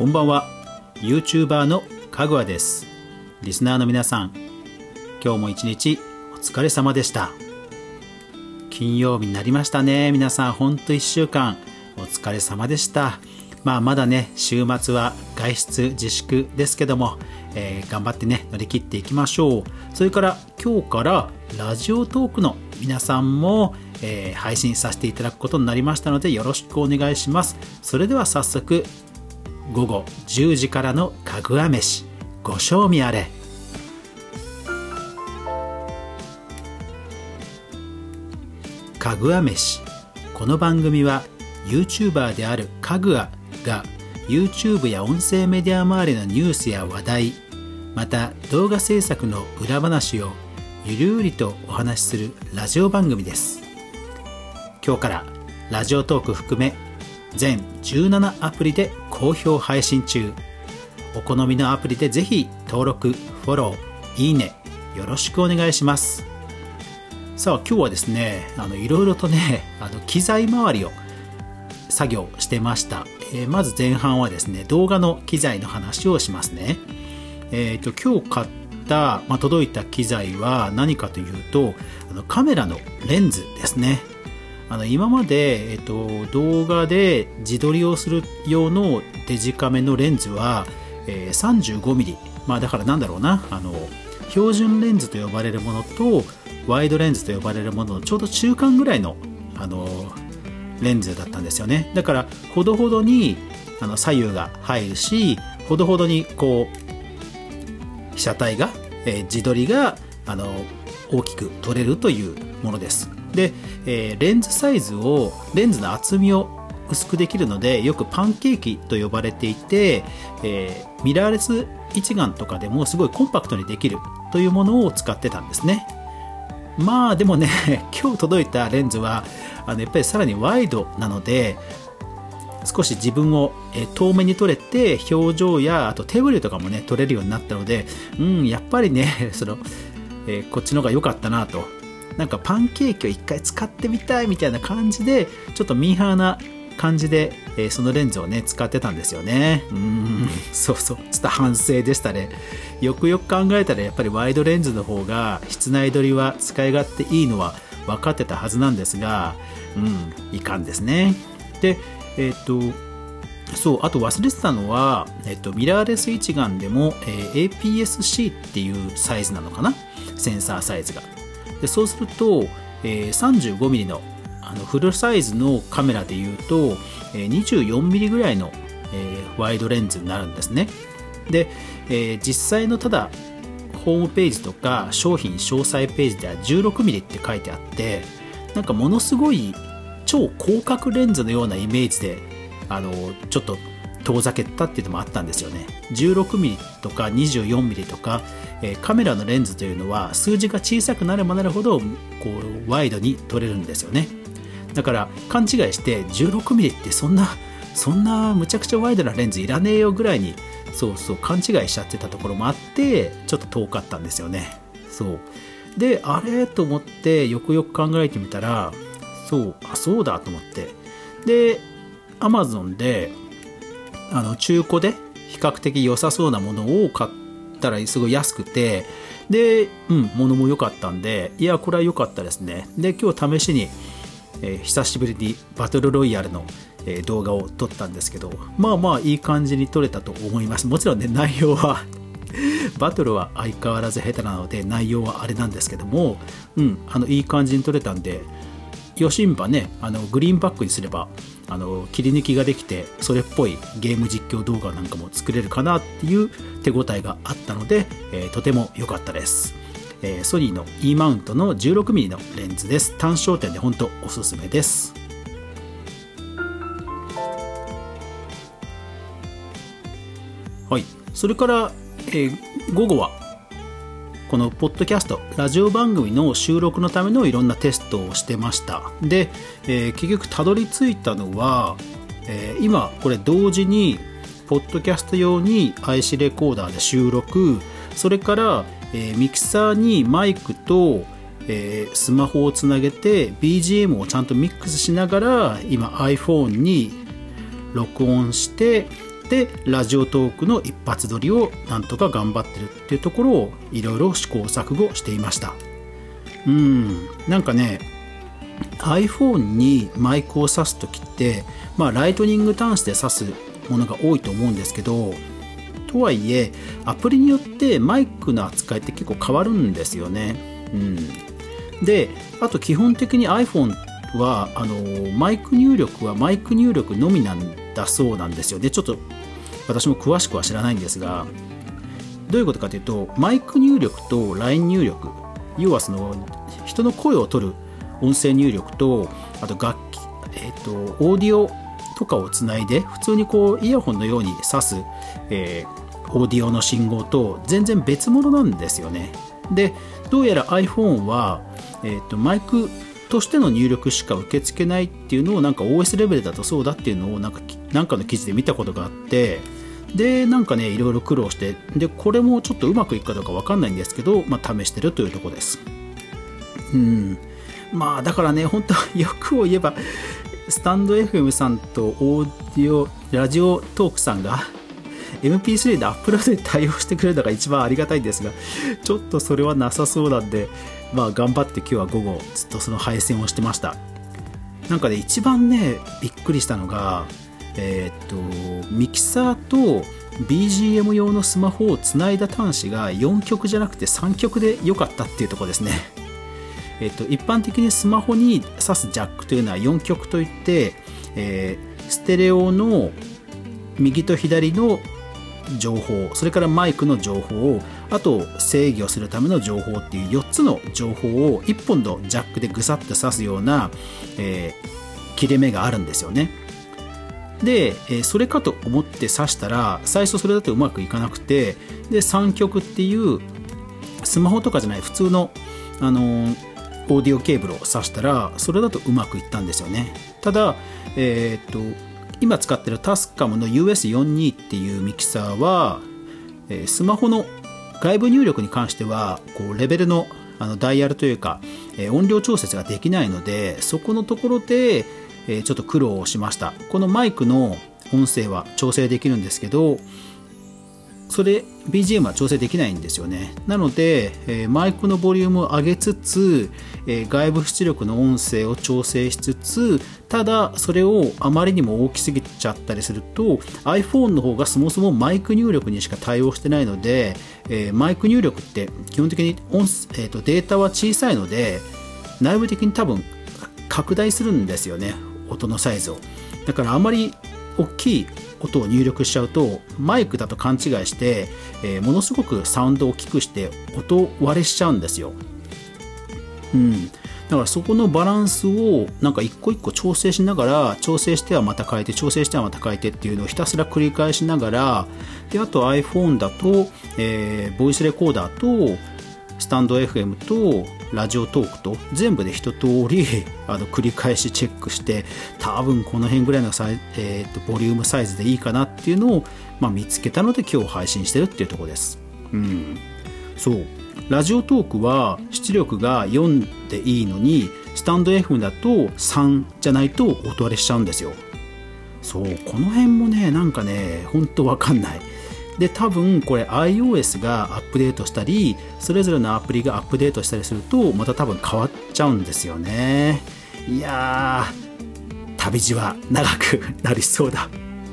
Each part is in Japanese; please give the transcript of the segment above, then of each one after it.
こんばんは。 YouTuber のかぐわです。リスナーの皆さん、今日も一日お疲れ様でした。金曜日になりましたね。皆さんほんと1週間お疲れ様でした。まだね、週末は外出自粛ですけども、頑張ってね乗り切っていきましょう。それから今日からラジオトークの皆さんも、配信させていただくことになりましたので、よろしくお願いします。それでは早速午後10時からのかぐわ飯、ご賞味あれ。かぐわ飯。この番組は YouTuber であるかぐわが YouTube や音声メディア周りのニュースや話題、また動画制作の裏話をゆるりとお話しするラジオ番組です。今日からラジオトーク含め全17アプリで好評配信中。お好みのアプリでぜひ登録、フォロー、いいねよろしくお願いします。さあ今日はですね、いろいろとね機材周りを作業してました。まず前半はですね、動画の機材の話をしますね。今日買った、届いた機材は何かというと、カメラのレンズですね。今まで、動画で自撮りをする用のデジカメのレンズは、35mm、だからなんだろうな、標準レンズと呼ばれるものとワイドレンズと呼ばれるもののちょうど中間ぐらいの、レンズだったんですよね。だからほどほどに左右が入るし、ほどほどにこう被写体が、自撮りが大きく撮れるというものです。で、レンズの厚みを薄くできるので、よくパンケーキと呼ばれていて、ミラーレス一眼とかでもすごいコンパクトにできるというものを使ってたんですね。でもね、今日届いたレンズはやっぱりさらにワイドなので、少し自分を遠目に撮れて、表情やあと手振りとかもね撮れるようになったので、やっぱりねこっちの方が良かったなと。なんかパンケーキを一回使ってみたいみたいな感じで、ちょっとミーハーな感じで、そのレンズをね使ってたんですよね。そうちょっと反省でしたね。よくよく考えたらやっぱりワイドレンズの方が室内撮りは使い勝手いいのは分かってたはずなんですが、いかんですね。で、あと忘れてたのは、ミラーレス一眼でも、APS-C っていうサイズなのかな、センサーサイズが。でそうすると、35mm のフルサイズのカメラでいうと、24mm ぐらいの、ワイドレンズになるんですね。で、実際のただホームページとか商品詳細ページでは 16mm って書いてあって、なんかものすごい超広角レンズのようなイメージでちょっと遠ざけたっていうのもあったんですよね。 16mm とか 24mm とか、カメラのレンズというのは数字が小さくなればなるほどこうワイドに撮れるんですよね。だから勘違いして 16mm ってそんなむちゃくちゃワイドなレンズいらねえよぐらいに勘違いしちゃってたところもあって、ちょっと遠かったんですよね。で、あれと思ってよくよく考えてみたら、そうだと思って、で Amazon で中古で比較的良さそうなものを買ったらすごい安くて、で、物も良かったんで、いやこれは良かったですね。で今日試しに、久しぶりにバトルロイヤルの、動画を撮ったんですけど、いい感じに撮れたと思います。もちろんね、内容はバトルは相変わらず下手なので内容はあれなんですけども、いい感じに撮れたんで、よしんばね、グリーンバックにすれば切り抜きができて、それっぽいゲーム実況動画なんかも作れるかなっていう手応えがあったので、とても良かったです。ソニーの E マウントの 16mm のレンズです。単焦点で本当おすすめです。はい、それから、午後はこのポッドキャストラジオ番組の収録のためのいろんなテストをしてました。で、結局たどり着いたのは、今これ同時にポッドキャスト用に IC レコーダーで収録、それからミキサーにマイクと、スマホをつなげて BGM をちゃんとミックスしながら今 iPhone に録音して、 でラジオトークの一発撮りをなんとか頑張ってるっていうところをいろいろ試行錯誤していました。なんかね iPhone にマイクを挿すときって、ライトニング端子で挿すものが多いと思うんですけど、とはいえアプリによってマイクの扱いって結構変わるんですよね。であと基本的に iPhone はマイク入力はマイク入力のみなんだそうなんですよ。でちょっと私も詳しくは知らないんですが、どういうことかというと、マイク入力と LINE 入力、要はその人の声を取る音声入力と、あと楽器、オーディオとかをつないで普通にこうイヤホンのように挿す、オーディオの信号と全然別物なんですよね。でどうやら iPhone は、マイクとしての入力しか受け付けないっていうのをなんか OS レベルだとそうだっていうのをなんかの記事で見たことがあって、でなんかねいろいろ苦労して、でこれもちょっとうまくいくかどうか分かんないんですけど、試してるというところです。だからね本当欲を言えばスタンド FM さんとオーディオラジオトークさんが MP3 でアップロードに対応してくれるのが一番ありがたいんですが、ちょっとそれはなさそうなんで、頑張って今日は午後ずっとその配線をしてました。なんかね一番ねびっくりしたのがミキサーと BGM 用のスマホをつないだ端子が4極じゃなくて3極で良かったっていうところですね。一般的にスマホに挿すジャックというのは4極といって、ステレオの右と左の情報、それからマイクの情報、あと制御するための情報っていう4つの情報を1本のジャックでぐさっと挿すような、切れ目があるんですよね。で、それかと思って挿したら最初それだとうまくいかなくて、で3極っていうスマホとかじゃない普通のオーディオケーブルを挿したらそれだとうまくいったんですよね。ただ、今使ってるタスカムの US42 っていうミキサーは、スマホの外部入力に関してはこうレベルのダイヤルというか、音量調節ができないので、そこのところで、ちょっと苦労をしました。このマイクの音声は調整できるんですけど、それ BGM は調整できないんですよね。なので、マイクのボリュームを上げつつ、外部出力の音声を調整しつつ、ただそれをあまりにも大きすぎちゃったりすると iPhone の方がそもそもマイク入力にしか対応してないので、マイク入力って基本的にデータは小さいので内部的に多分拡大するんですよね、音のサイズを。だからあまり大きい音を入力しちゃうとマイクだと勘違いして、ものすごくサウンドを大きくして音割れしちゃうんですよ。だからそこのバランスをなんか一個一個調整しながら、調整してはまた変えて調整してはまた変えてっていうのをひたすら繰り返しながら、であと iPhone だと、ボイスレコーダーとスタンド FM とラジオトークと全部で一通り繰り返しチェックして、多分この辺ぐらいのボリュームサイズでいいかなっていうのを、見つけたので今日配信してるっていうところです。そうラジオトークは出力が4でいいのにスタンド FM だと3じゃないと音割れしちゃうんですよ。そうこの辺もねなんかねほんとわかんない。で多分これ iOS がアップデートしたりそれぞれのアプリがアップデートしたりするとまた多分変わっちゃうんですよね。いやー旅路は長くなりそうだ。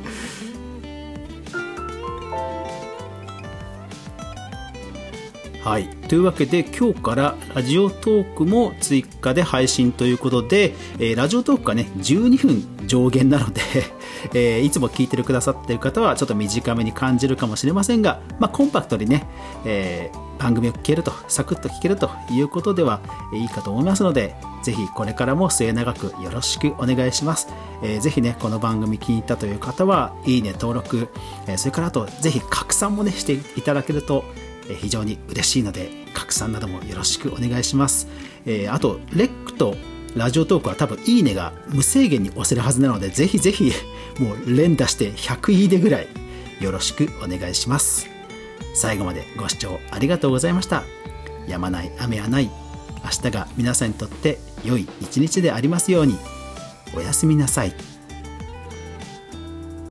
はい、というわけで今日からラジオトークも追加で配信ということで、ラジオトークがね12分上限なので、いつも聞いてくださっている方はちょっと短めに感じるかもしれませんが、コンパクトにね、番組を聞けるとサクッと聞けるということではいいかと思いますので、ぜひこれからも末永くよろしくお願いします。ぜひねこの番組気に入ったという方はいいね登録、それからあとぜひ拡散もねしていただけると非常に嬉しいので拡散などもよろしくお願いします。あとレックとラジオトークは多分いいねが無制限に押せるはずなので、ぜひぜひもう連打して100いいねぐらいよろしくお願いします。最後までご視聴ありがとうございました。止まない雨はない。明日が皆さんにとって良い一日でありますように。おやすみなさい。